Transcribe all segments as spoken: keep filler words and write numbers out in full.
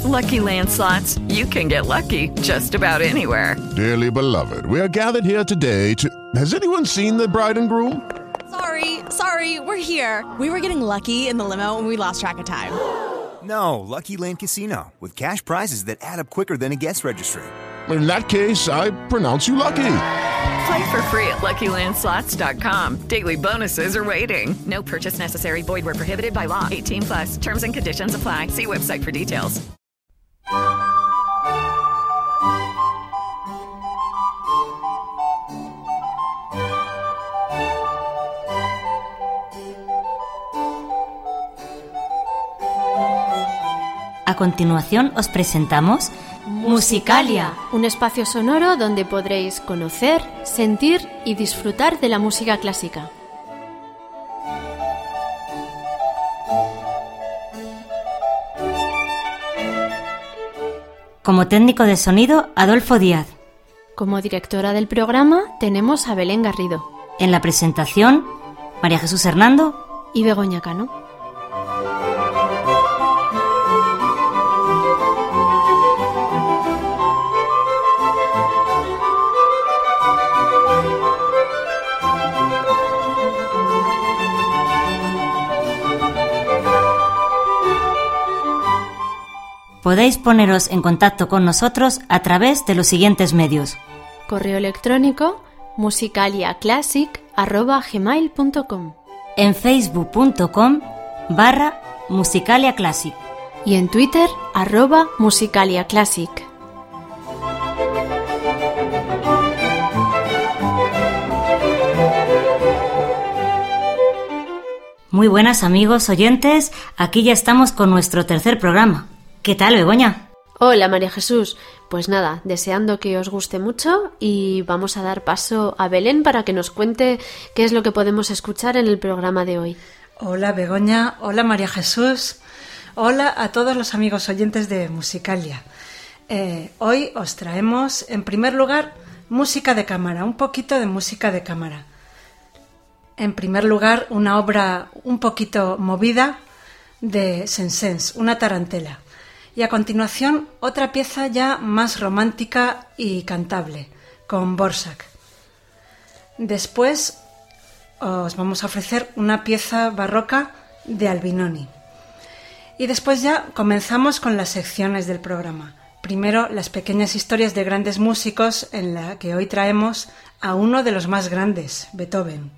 Lucky Land Slots, you can get lucky just about anywhere. Dearly beloved, we are gathered here today to... Has anyone seen the bride and groom? Sorry, sorry, we're here. We were getting lucky in the limo and we lost track of time. No, Lucky Land Casino, with cash prizes that add up quicker than a guest registry. In that case, I pronounce you lucky. Play for free at Lucky Land Slots dot com. Daily bonuses are waiting. No purchase necessary. Void where prohibited by law. eighteen plus. Terms and conditions apply. See website for details. A continuación os presentamos Musicalia, un espacio sonoro donde podréis conocer, sentir y disfrutar de la música clásica. Como técnico de sonido, Adolfo Díaz. Como directora del programa tenemos a Belén Garrido. En la presentación, María Jesús Hernando y Begoña Cano. Podéis poneros en contacto con nosotros a través de los siguientes medios. Correo electrónico musicaliaclassic arroba gmail punto com, en facebook punto com barra musicaliaclassic y en Twitter arroba musicaliaclassic. Muy buenas amigos oyentes, aquí ya estamos con nuestro tercer programa. ¿Qué tal, Begoña? Hola, María Jesús. Pues nada, deseando que os guste mucho y vamos a dar paso a Belén para que nos cuente qué es lo que podemos escuchar en el programa de hoy. Hola, Begoña. Hola, María Jesús. Hola a todos los amigos oyentes de Musicalia. Eh, hoy os traemos, en primer lugar, música de cámara, un poquito de música de cámara. En primer lugar, una obra un poquito movida de Saint-Saëns, una tarantela. Y a continuación, otra pieza ya más romántica y cantable, con Dvořák. Después, os vamos a ofrecer una pieza barroca de Albinoni. Y después ya comenzamos con las secciones del programa. Primero, las pequeñas historias de grandes músicos, en la que hoy traemos a uno de los más grandes, Beethoven.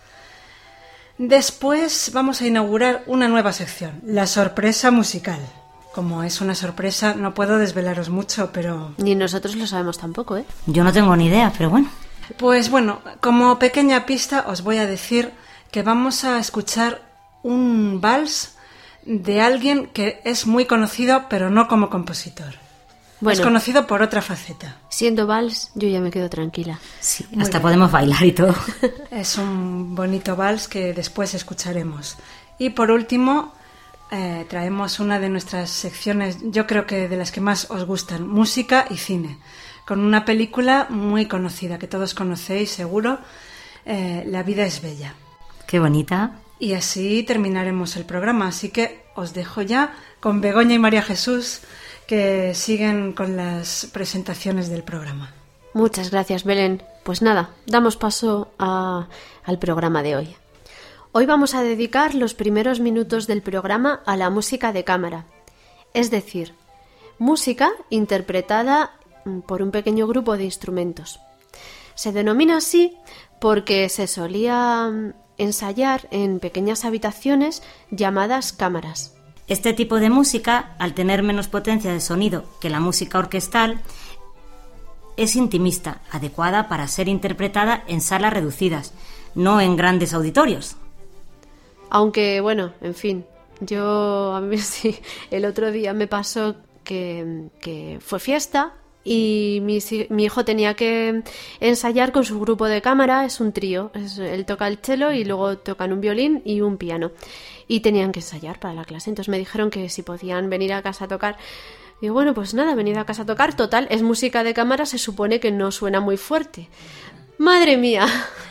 Después vamos a inaugurar una nueva sección, la sorpresa musical. Como es una sorpresa, no puedo desvelaros mucho, pero... Ni nosotros lo sabemos tampoco, ¿eh? Yo no tengo ni idea, pero bueno. Pues bueno, como pequeña pista os voy a decir que vamos a escuchar un vals de alguien que es muy conocido, pero no como compositor. Bueno, es conocido por otra faceta. Siendo vals, yo ya me quedo tranquila. Sí, muy hasta bien. Podemos bailar y todo. Es un bonito vals que después escucharemos. Y por último... Eh, traemos una de nuestras secciones, yo creo que de las que más os gustan, música y cine, con una película muy conocida que todos conocéis seguro, eh, La vida es bella. Qué bonita. Y así terminaremos el programa, así que os dejo ya con Begoña y María Jesús, que siguen con las presentaciones del programa. Muchas gracias, Belén. Pues nada, damos paso a, al programa de hoy. Hoy vamos a dedicar los primeros minutos del programa a la música de cámara, es decir, música interpretada por un pequeño grupo de instrumentos. Se denomina así porque se solía ensayar en pequeñas habitaciones llamadas cámaras. Este tipo de música, al tener menos potencia de sonido que la música orquestal, es intimista, adecuada para ser interpretada en salas reducidas, no en grandes auditorios. Aunque, bueno, en fin, yo a mí sí, el otro día me pasó que, que fue fiesta y mi, mi hijo tenía que ensayar con su grupo de cámara, es un trío, es, él toca el cello y luego tocan un violín y un piano y tenían que ensayar para la clase, entonces me dijeron que si podían venir a casa a tocar. Y bueno, pues nada, venid a casa a tocar, total, es música de cámara, se supone que no suena muy fuerte. ¡Madre mía!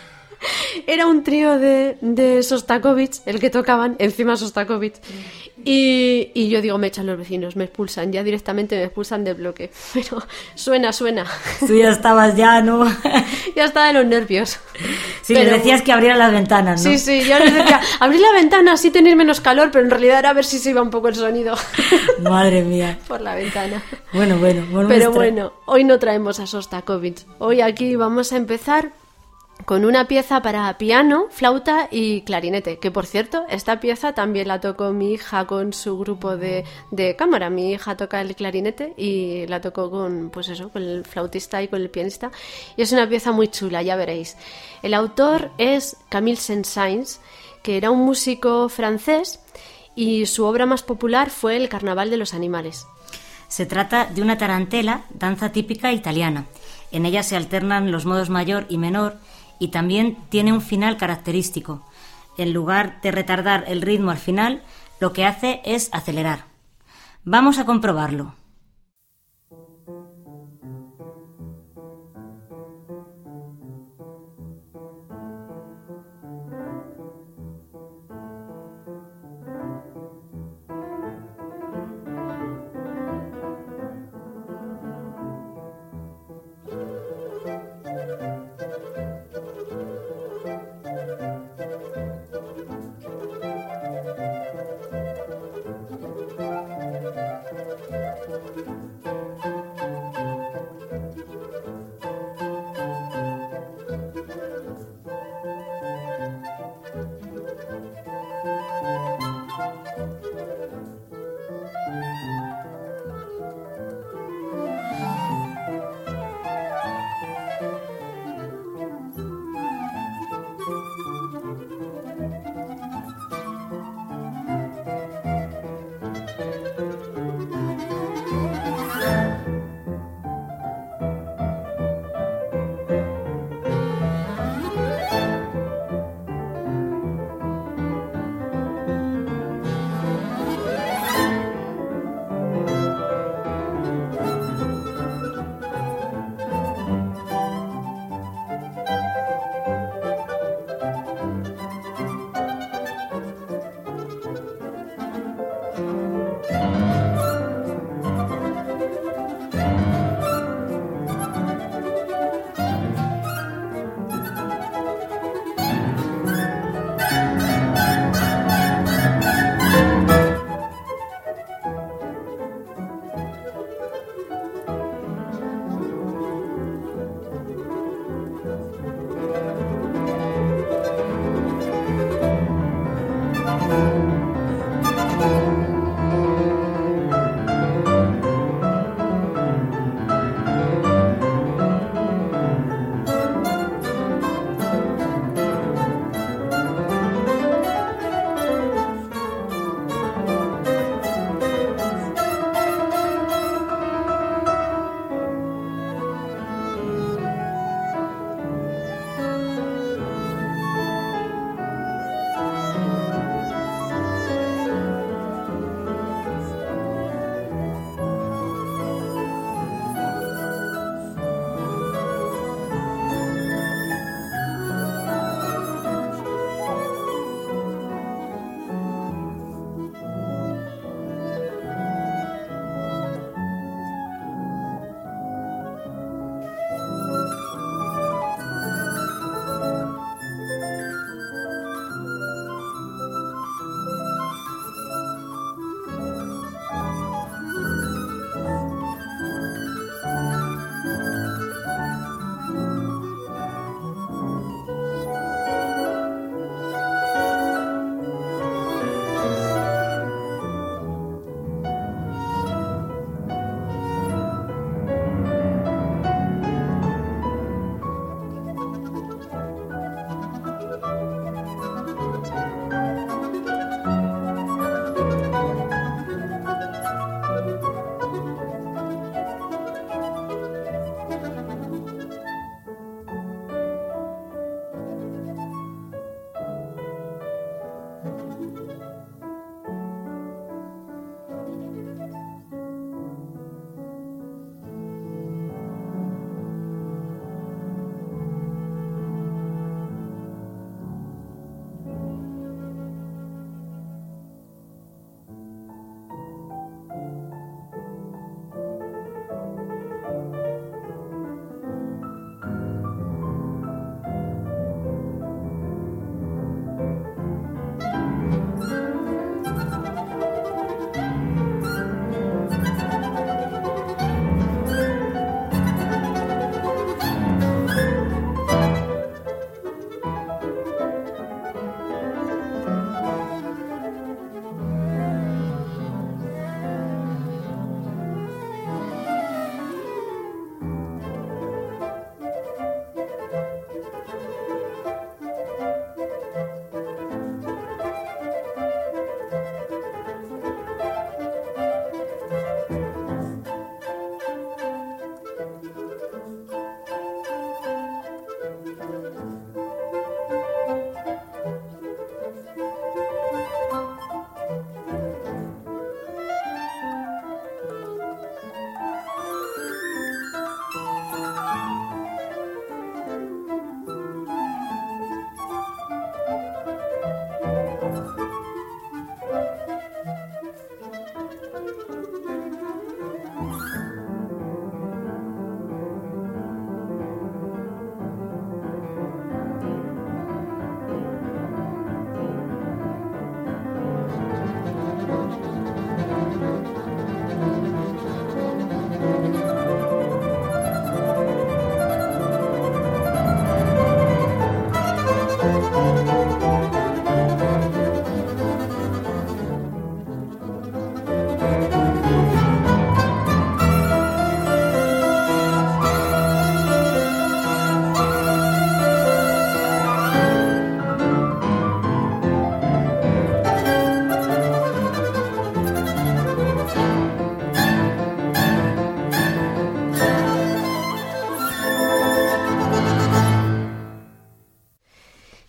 Era un trío de, de Sostakovich, el que tocaban, encima Sostakovich. Y, y yo digo, me echan los vecinos, me expulsan, ya directamente me expulsan del bloque. Pero suena, suena. Tú ya estabas ya, ¿no? Ya estaba de los nervios. Sí, pero... les decías que abrieran las ventanas, ¿no? Sí, sí, yo les decía, abrid la ventana, así tenéis menos calor, pero en realidad era a ver si se iba un poco el sonido. Madre mía. Por la ventana. Bueno, bueno. bueno pero nuestra... bueno, hoy no traemos a Sostakovich. Hoy aquí vamos a empezar con una pieza para piano, flauta y clarinete, que por cierto, esta pieza también la tocó mi hija con su grupo de, de cámara. Mi hija toca el clarinete y la tocó con, pues eso, con el flautista y con el pianista. Y es una pieza muy chula, ya veréis. El autor es Camille Saint-Saëns, que era un músico francés, y su obra más popular fue El Carnaval de los Animales. Se trata de una tarantela, danza típica italiana. En ella se alternan los modos mayor y menor, y también tiene un final característico. En lugar de retardar el ritmo al final, lo que hace es acelerar. Vamos a comprobarlo.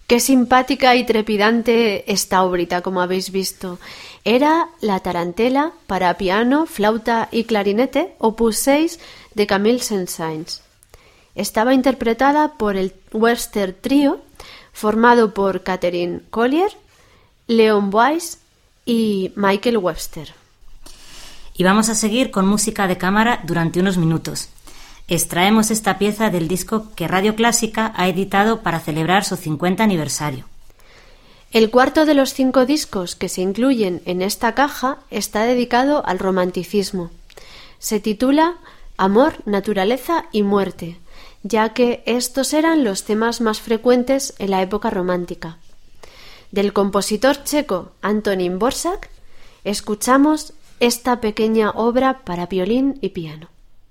Qué simpática y trepidante esta obrita, como habéis visto. Era la tarantela para piano, flauta y clarinete, opus seis de Camille Saint-Saëns. Estaba interpretada por el Webster Trio, formado por Catherine Collier, Leon Boyce y Michael Webster. Y vamos a seguir con música de cámara durante unos minutos. Extraemos esta pieza del disco que Radio Clásica ha editado para celebrar su cincuenta aniversario. El cuarto de los cinco discos que se incluyen en esta caja está dedicado al romanticismo. Se titula Amor, Naturaleza y Muerte, ya que estos eran los temas más frecuentes en la época romántica. Del compositor checo Antonín Dvořák escuchamos esta pequeña obra para violín y piano.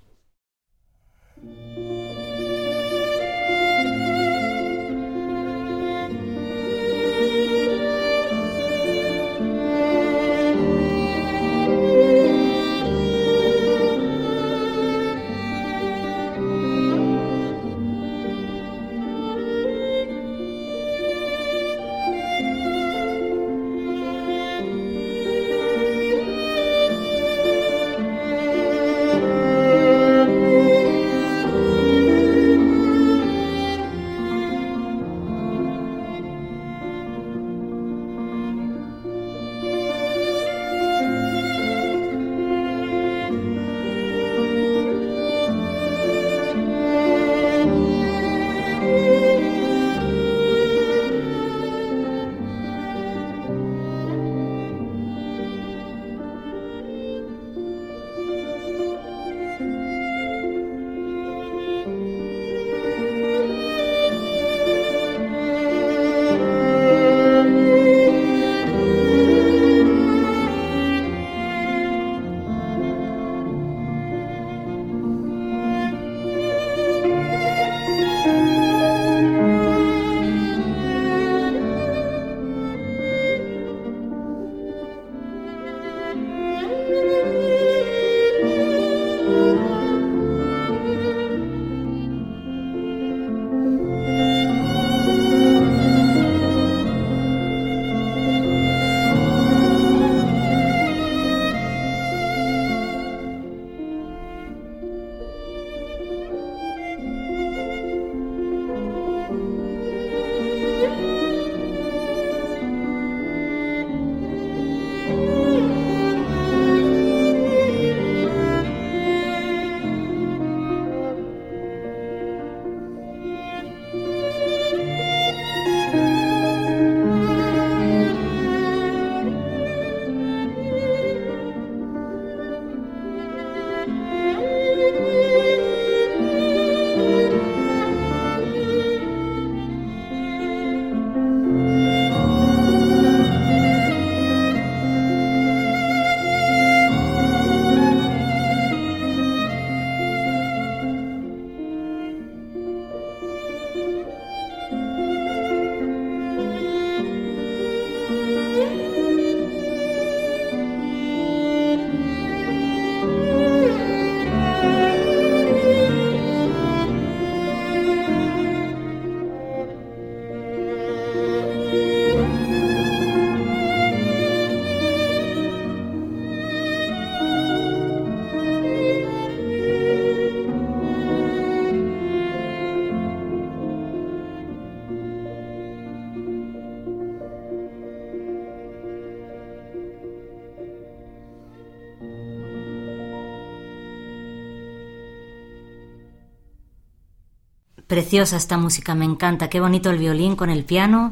Preciosa esta música, me encanta, qué bonito el violín con el piano.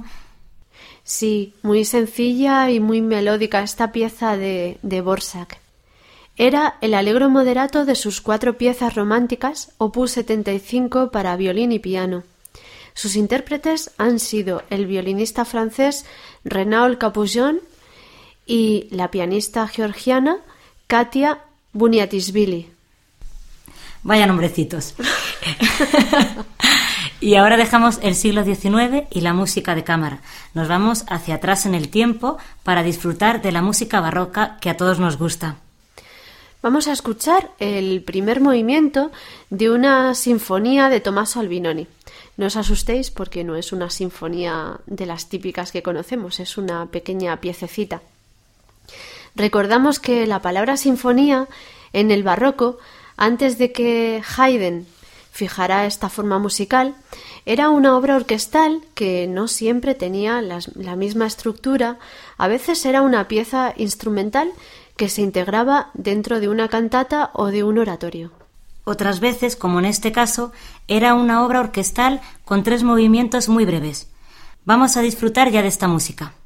Sí, muy sencilla y muy melódica esta pieza de, de Dvořák. Era el allegro moderato de sus cuatro piezas románticas, opus setenta y cinco para violín y piano. Sus intérpretes han sido el violinista francés Renaud Capujon y la pianista georgiana Katia Buniatisvili. Vaya nombrecitos. Y ahora dejamos el siglo diecinueve y la música de cámara. Nos vamos hacia atrás en el tiempo para disfrutar de la música barroca que a todos nos gusta. Vamos a escuchar el primer movimiento de una sinfonía de Tommaso Albinoni. No os asustéis porque no es una sinfonía de las típicas que conocemos, es una pequeña piececita. Recordamos que la palabra sinfonía en el barroco, antes de que Haydn fijara esta forma musical, era una obra orquestal que no siempre tenía las, la misma estructura, a veces era una pieza instrumental que se integraba dentro de una cantata o de un oratorio. Otras veces, como en este caso, era una obra orquestal con tres movimientos muy breves. Vamos a disfrutar ya de esta música.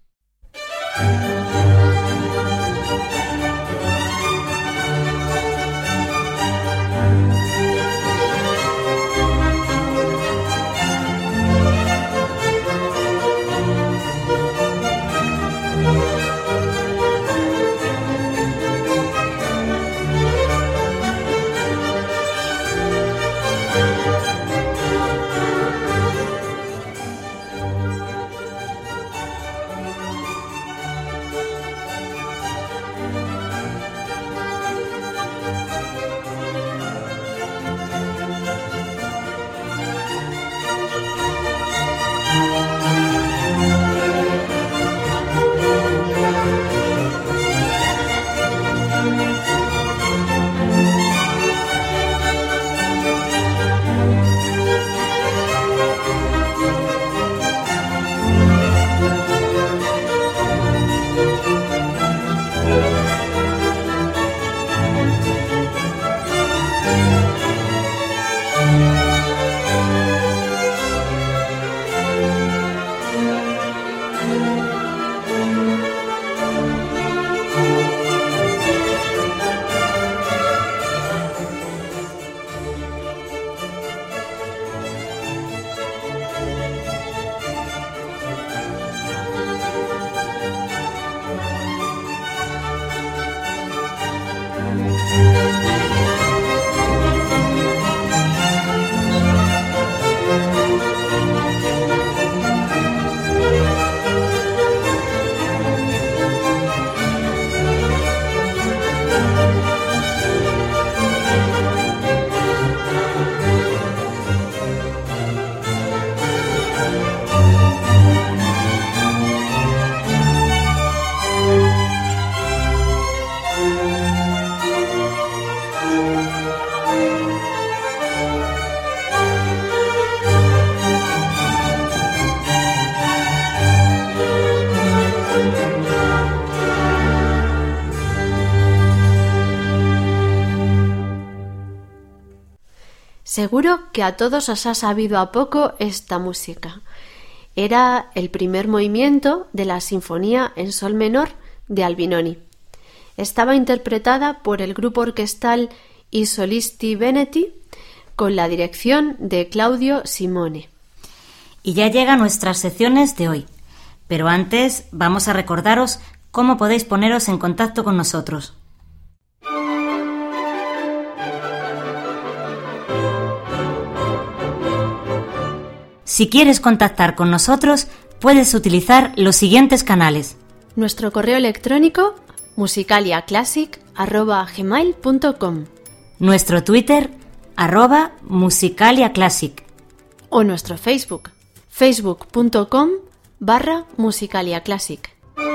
Seguro que a todos os ha sabido a poco esta música. Era el primer movimiento de la Sinfonía en Sol menor de Albinoni. Estaba interpretada por el grupo orquestal I Solisti Veneti con la dirección de Claudio Simone. Y ya llegan nuestras secciones de hoy. Pero antes vamos a recordaros cómo podéis poneros en contacto con nosotros. Si quieres contactar con nosotros, puedes utilizar los siguientes canales. Nuestro correo electrónico musicaliaclassic arroba gmail punto com, nuestro Twitter arroba musicaliaclassic o nuestro Facebook facebook punto com barra musicaliaclassic.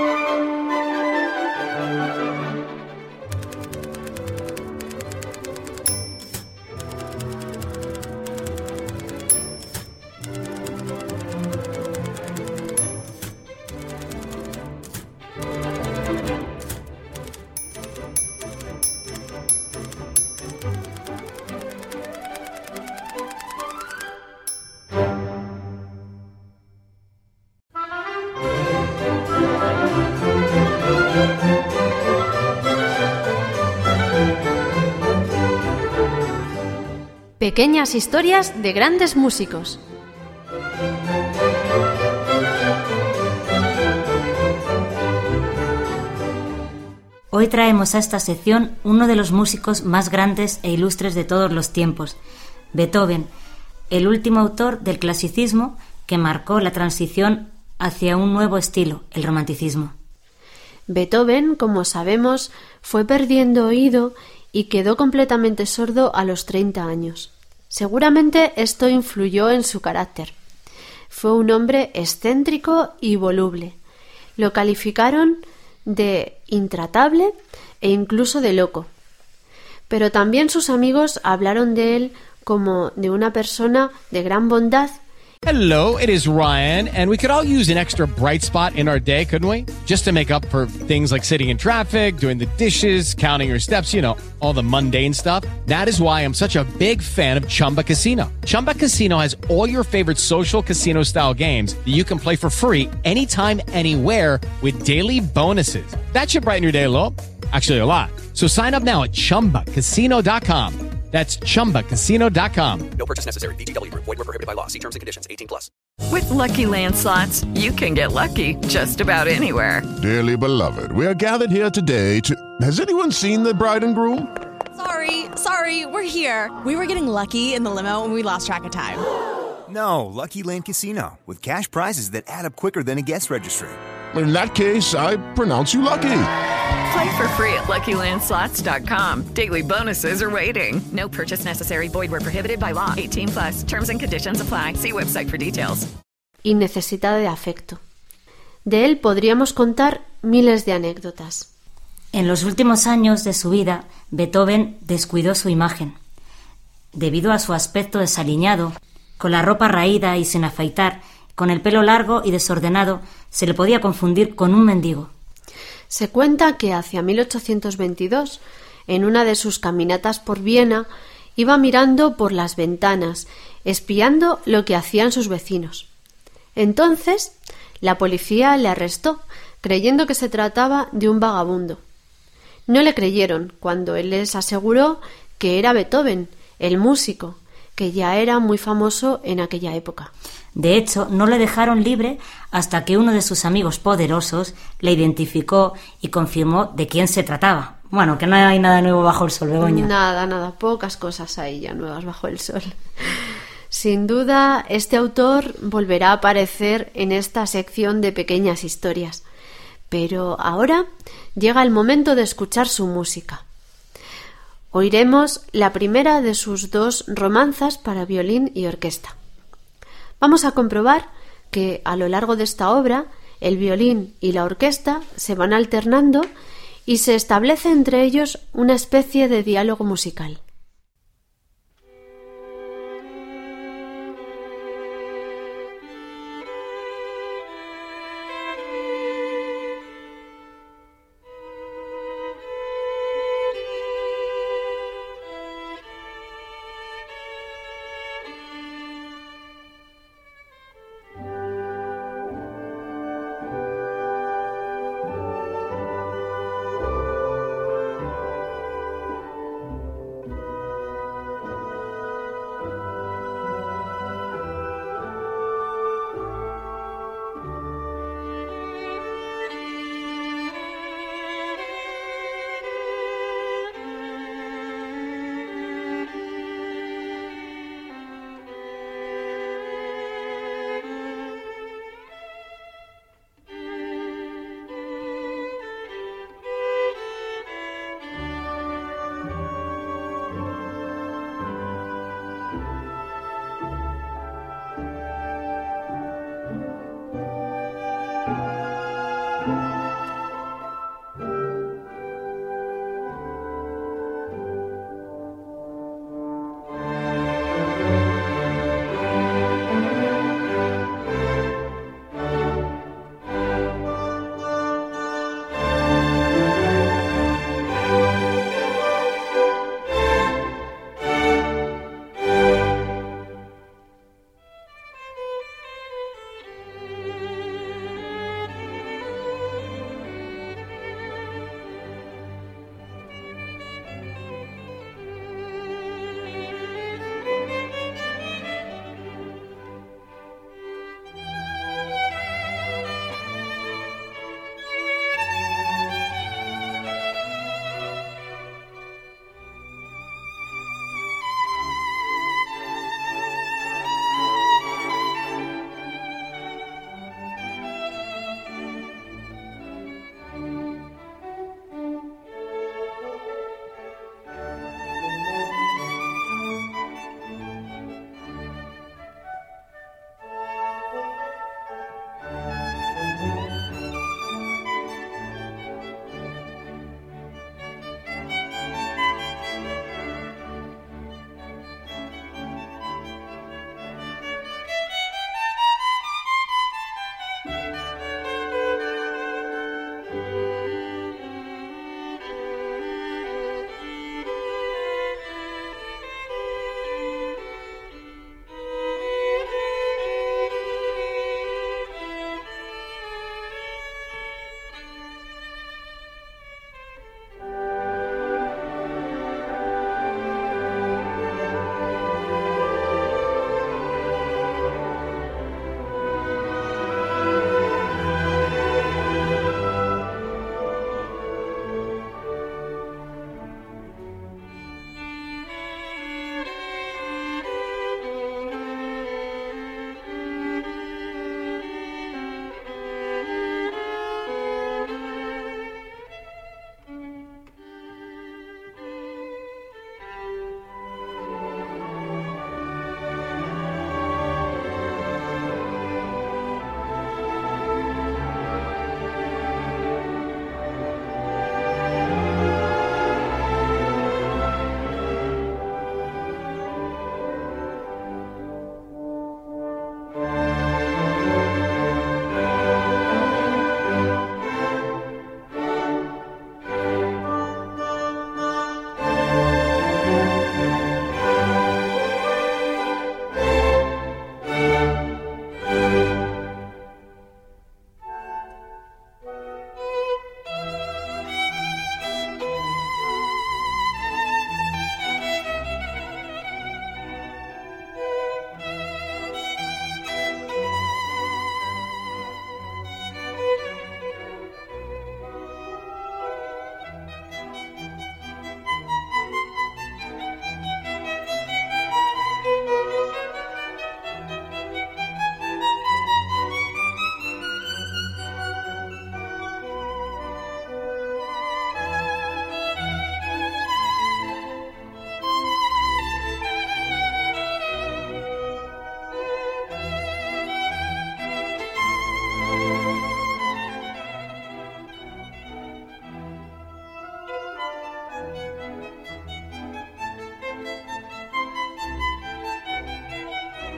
Pequeñas historias de grandes músicos. Hoy traemos a esta sección uno de los músicos más grandes e ilustres de todos los tiempos, Beethoven, el último autor del clasicismo que marcó la transición hacia un nuevo estilo, el romanticismo. Beethoven, como sabemos, fue perdiendo oído y quedó completamente sordo a los treinta años. Seguramente esto influyó en su carácter. Fue un hombre excéntrico y voluble. Lo calificaron de intratable e incluso de loco. Pero también sus amigos hablaron de él como de una persona de gran bondad. Hello, it is Ryan, and we could all use an extra bright spot in our day, couldn't we? Just to make up for things like sitting in traffic, doing the dishes, counting your steps, you know, all the mundane stuff. That is why I'm such a big fan of Chumba Casino. Chumba Casino has all your favorite social casino-style games that you can play for free anytime, anywhere with daily bonuses. That should brighten your day a little. Actually, a lot. So sign up now at chumba casino dot com. That's chumba casino dot com. No purchase necessary. V G W Group. Void where prohibited by law. See terms and conditions. eighteen plus. With Lucky Land Slots, you can get lucky just about anywhere. Dearly beloved, we are gathered here today to... Has anyone seen the bride and groom? Sorry, sorry, we're here. We were getting lucky in the limo and we lost track of time. No, Lucky Land Casino, with cash prizes that add up quicker than a guest registry. In that case, I pronounce you lucky. Play for free at lucky land slots dot com. Daily bonuses are waiting. No purchase necessary. Void where prohibited by law. eighteen plus. Terms and conditions apply. See website for details. Y necesitado de afecto. De él podríamos contar miles de anécdotas. En los últimos años de su vida, Beethoven descuidó su imagen. Debido a su aspecto desaliñado, con la ropa raída y sin afeitar, con el pelo largo y desordenado, se le podía confundir con un mendigo. Se cuenta que hacia mil ochocientos veintidós, en una de sus caminatas por Viena, iba mirando por las ventanas, espiando lo que hacían sus vecinos. Entonces, la policía le arrestó, creyendo que se trataba de un vagabundo. No le creyeron cuando él les aseguró que era Beethoven, el músico, que ya era muy famoso en aquella época. De hecho, no le dejaron libre hasta que uno de sus amigos poderosos le identificó y confirmó de quién se trataba. Bueno, que no hay nada nuevo bajo el sol, Begoña. Nada, nada, pocas cosas hay ya nuevas bajo el sol. Sin duda, este autor volverá a aparecer en esta sección de pequeñas historias. Pero ahora llega el momento de escuchar su música. Oiremos la primera de sus dos romanzas para violín y orquesta. Vamos a comprobar que a lo largo de esta obra el violín y la orquesta se van alternando y se establece entre ellos una especie de diálogo musical.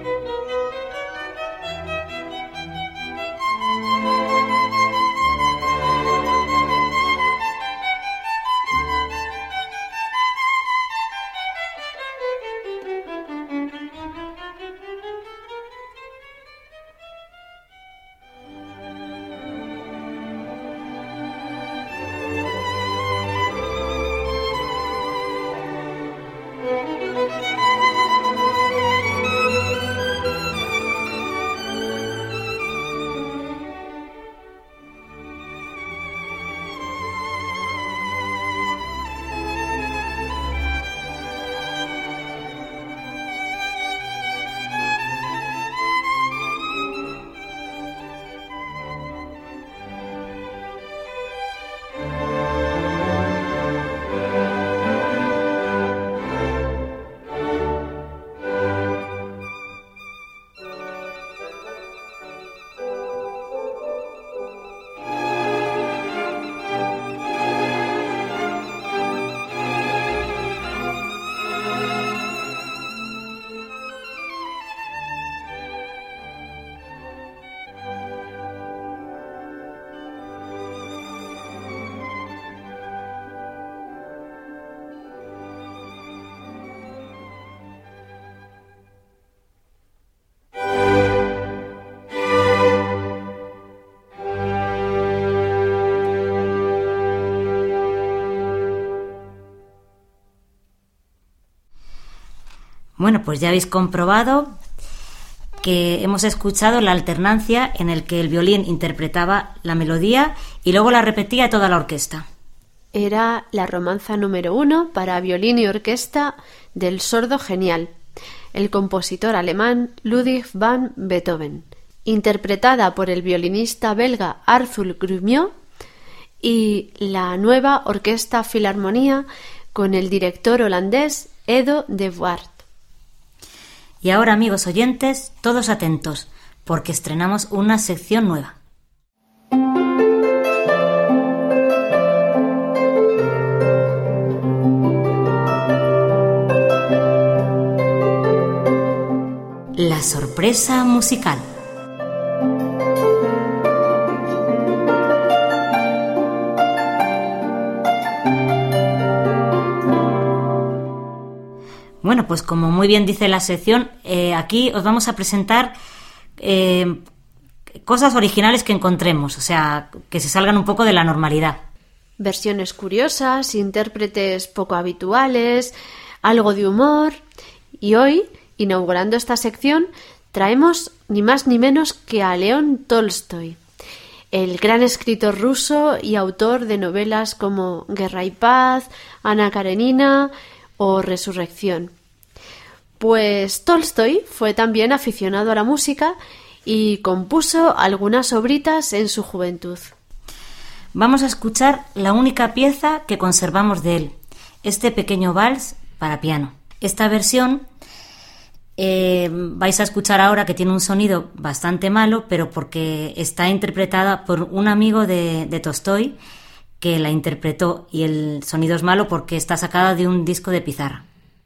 Bueno, pues ya habéis comprobado que hemos escuchado la alternancia en el que el violín interpretaba la melodía y luego la repetía toda la orquesta. Era la romanza número uno para violín y orquesta del sordo genial, el compositor alemán Ludwig van Beethoven, interpretada por el violinista belga Arthur Grumiaux, y la nueva Orquesta Filarmonía con el director holandés Edo de Waard. Y ahora, amigos oyentes, todos atentos, porque estrenamos una sección nueva. La sorpresa musical. Bueno, pues como muy bien dice la sección, eh, aquí os vamos a presentar eh, cosas originales que encontremos, o sea, que se salgan un poco de la normalidad. Versiones curiosas, intérpretes poco habituales, algo de humor. Y hoy, inaugurando esta sección, traemos ni más ni menos que a León Tolstoy, el gran escritor ruso y autor de novelas como Guerra y Paz, Ana Karenina o Resurrección. Pues Tolstoy fue también aficionado a la música y compuso algunas obritas en su juventud. Vamos a escuchar la única pieza que conservamos de él, este pequeño vals para piano. Esta versión eh, vais a escuchar ahora que tiene un sonido bastante malo, pero porque está interpretada por un amigo de, de Tolstoy que la interpretó, y el sonido es malo porque está sacada de un disco de pizarra.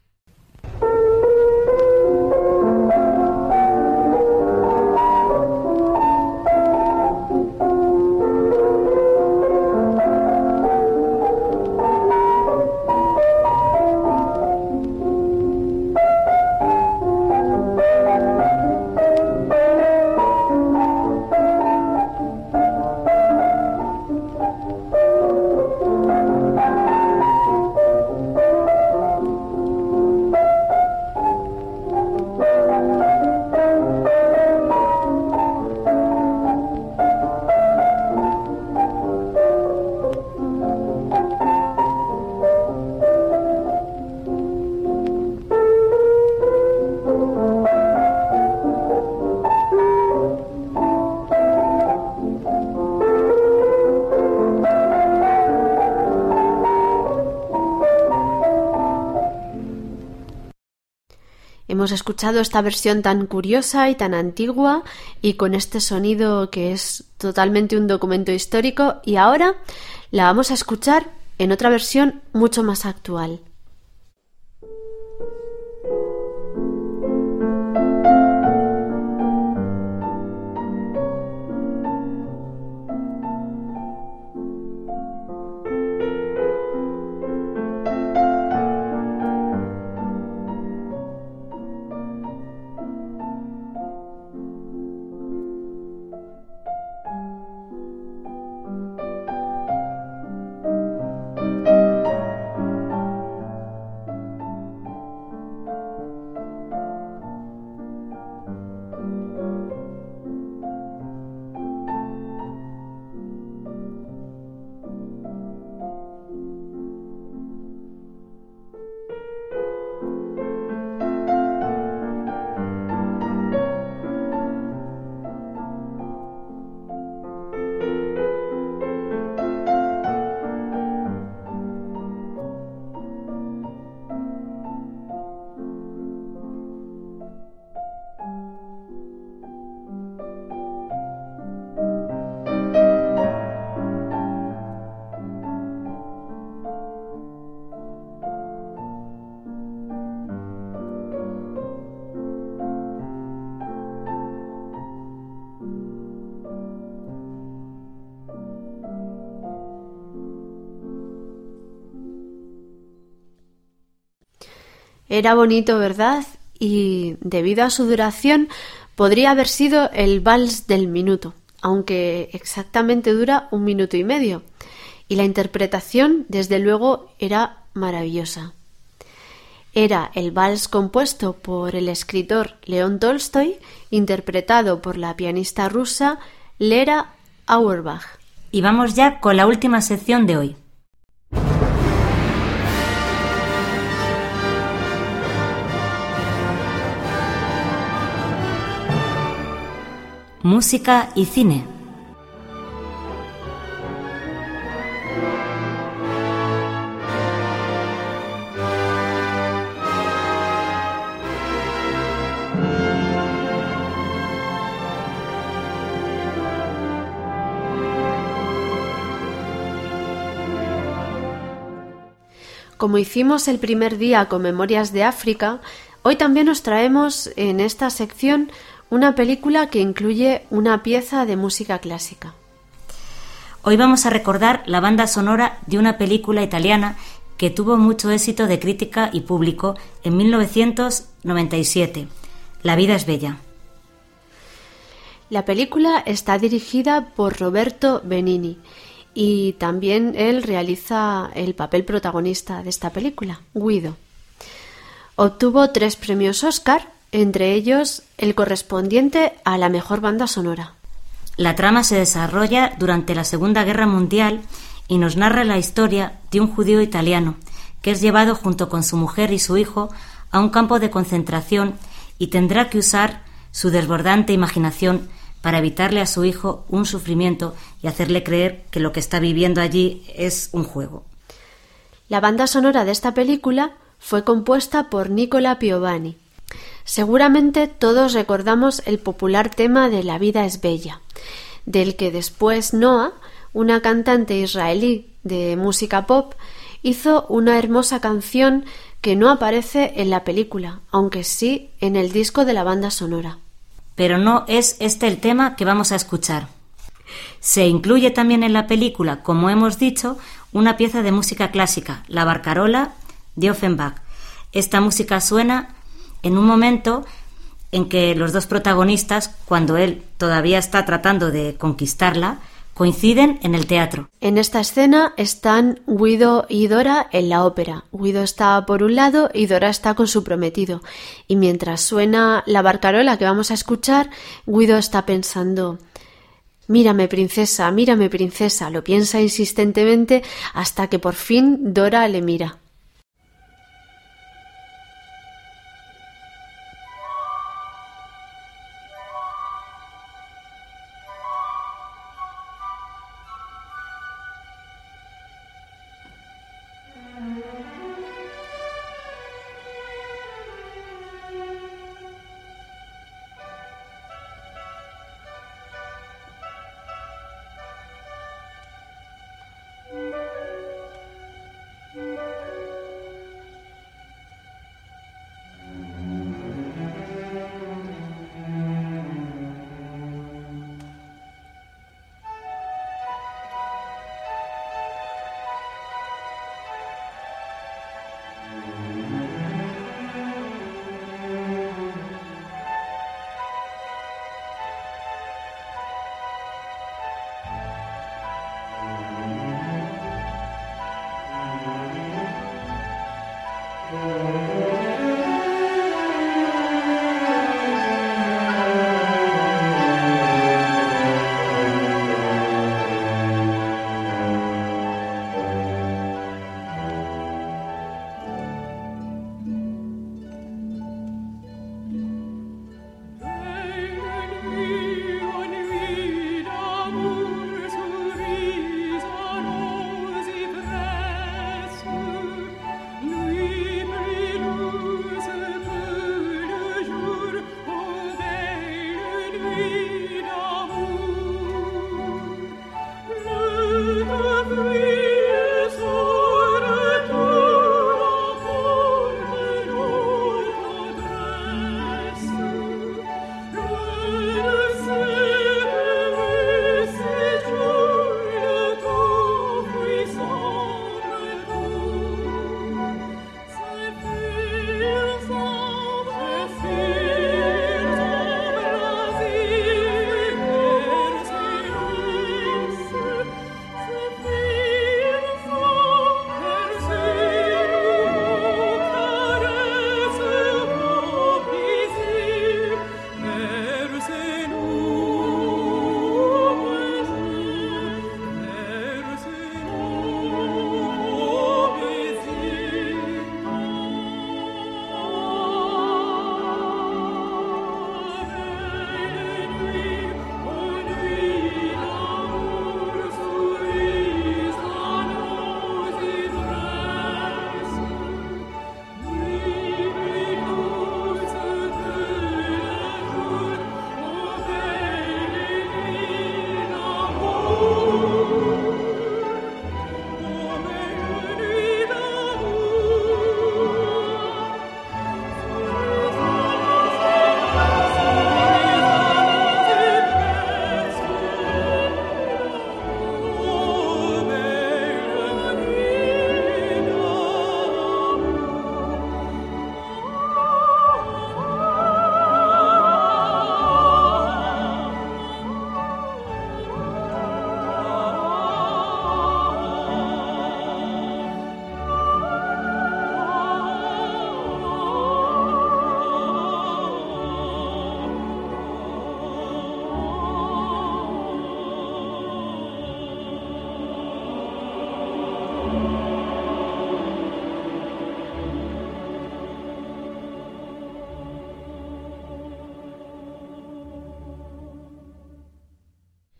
Hemos escuchado esta versión tan curiosa y tan antigua y con este sonido que es totalmente un documento histórico, y ahora la vamos a escuchar en otra versión mucho más actual. Era bonito, ¿verdad? Y debido a su duración podría haber sido el vals del minuto, aunque exactamente dura un minuto y medio. Y la interpretación, desde luego, era maravillosa. Era el vals compuesto por el escritor León Tolstoy, interpretado por la pianista rusa Lera Auerbach. Y vamos ya con la última sección de hoy. Música y cine. Como hicimos el primer día con Memorias de África, hoy también os traemos en esta sección una película que incluye una pieza de música clásica. Hoy vamos a recordar la banda sonora de una película italiana que tuvo mucho éxito de crítica y público en mil novecientos noventa y siete, La vida es bella. La película está dirigida por Roberto Benigni y también él realiza el papel protagonista de esta película, Guido. Obtuvo tres premios Oscar, entre ellos el correspondiente a la mejor banda sonora. La trama se desarrolla durante la Segunda Guerra Mundial y nos narra la historia de un judío italiano que es llevado junto con su mujer y su hijo a un campo de concentración y tendrá que usar su desbordante imaginación para evitarle a su hijo un sufrimiento y hacerle creer que lo que está viviendo allí es un juego. La banda sonora de esta película fue compuesta por Nicola Piovani. Seguramente todos recordamos el popular tema de La vida es bella, del que después Noah, una cantante israelí de música pop, hizo una hermosa canción que no aparece en la película, aunque sí en el disco de la banda sonora. Pero no es este el tema que vamos a escuchar. Se incluye también en la película, como hemos dicho, una pieza de música clásica, la Barcarola de Offenbach. Esta música suena en un momento en que los dos protagonistas, cuando él todavía está tratando de conquistarla, coinciden en el teatro. En esta escena están Guido y Dora en la ópera. Guido está por un lado y Dora está con su prometido. Y mientras suena la barcarola que vamos a escuchar, Guido está pensando: mírame, princesa, mírame, princesa. Lo piensa insistentemente hasta que por fin Dora le mira. Lui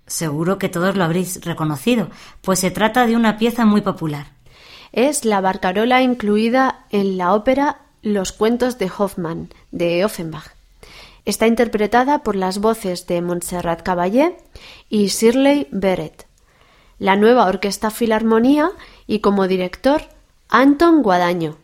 Seguro que todos lo habréis reconocido, pues se trata de una pieza muy popular. Es la barcarola incluida en la ópera Los cuentos de Hoffmann, de Offenbach. Está interpretada por las voces de Montserrat Caballé y Shirley Barrett. La nueva Orquesta Filarmonía y como director, Anton Guadaño.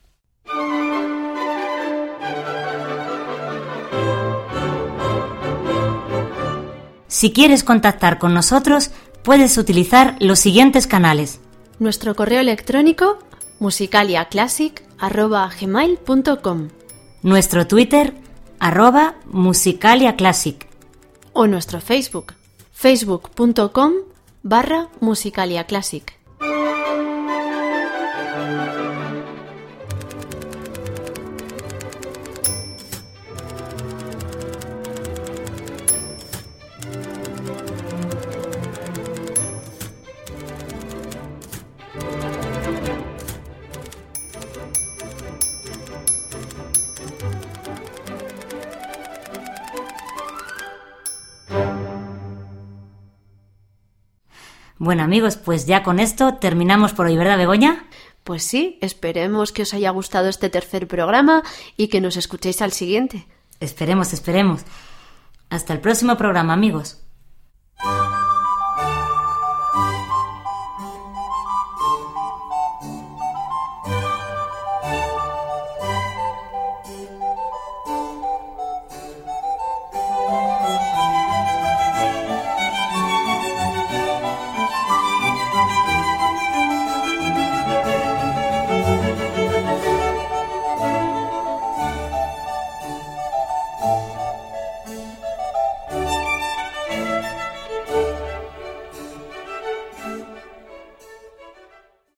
Si quieres contactar con nosotros, puedes utilizar los siguientes canales. Nuestro correo electrónico musicaliaclassic arroba gmail punto com, nuestro Twitter arroba musicaliaclassic o nuestro Facebook facebook punto com barra musicaliaclassic. Bueno amigos, pues ya con esto terminamos por hoy, ¿verdad, Begoña? Pues sí, esperemos que os haya gustado este tercer programa y que nos escuchéis al siguiente. Esperemos, esperemos. Hasta el próximo programa, amigos.